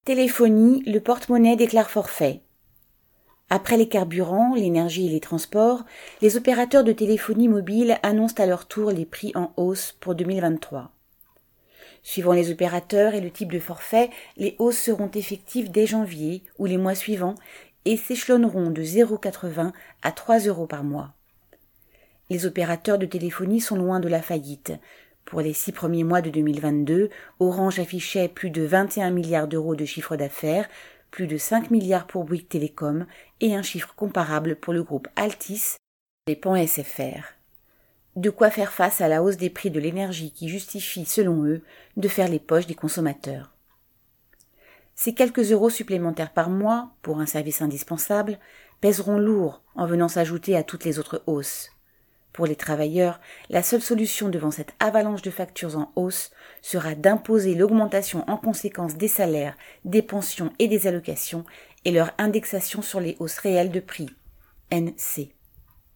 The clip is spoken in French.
Téléphonie, le porte-monnaie déclare forfait. Après les carburants, l'énergie et les transports, les opérateurs de téléphonie mobile annoncent à leur tour les prix en hausse pour 2023. Suivant les opérateurs et le type de forfait, les hausses seront effectives dès janvier ou les mois suivants et s'échelonneront de 0,80 à 3 € par mois. Les opérateurs de téléphonie sont loin de la faillite. Pour les 6 premiers mois de 2022, Orange affichait plus de 21 milliards d'euros de chiffre d'affaires, plus de 5 milliards pour Bouygues Telecom et un chiffre comparable pour le groupe Altice des pans SFR. De quoi faire face à la hausse des prix de l'énergie qui justifie, selon eux, de faire les poches des consommateurs. Ces quelques euros supplémentaires par mois, pour un service indispensable, pèseront lourd en venant s'ajouter à toutes les autres hausses. Pour les travailleurs, la seule solution devant cette avalanche de factures en hausse sera d'imposer l'augmentation en conséquence des salaires, des pensions et des allocations et leur indexation sur les hausses réelles de prix, NC.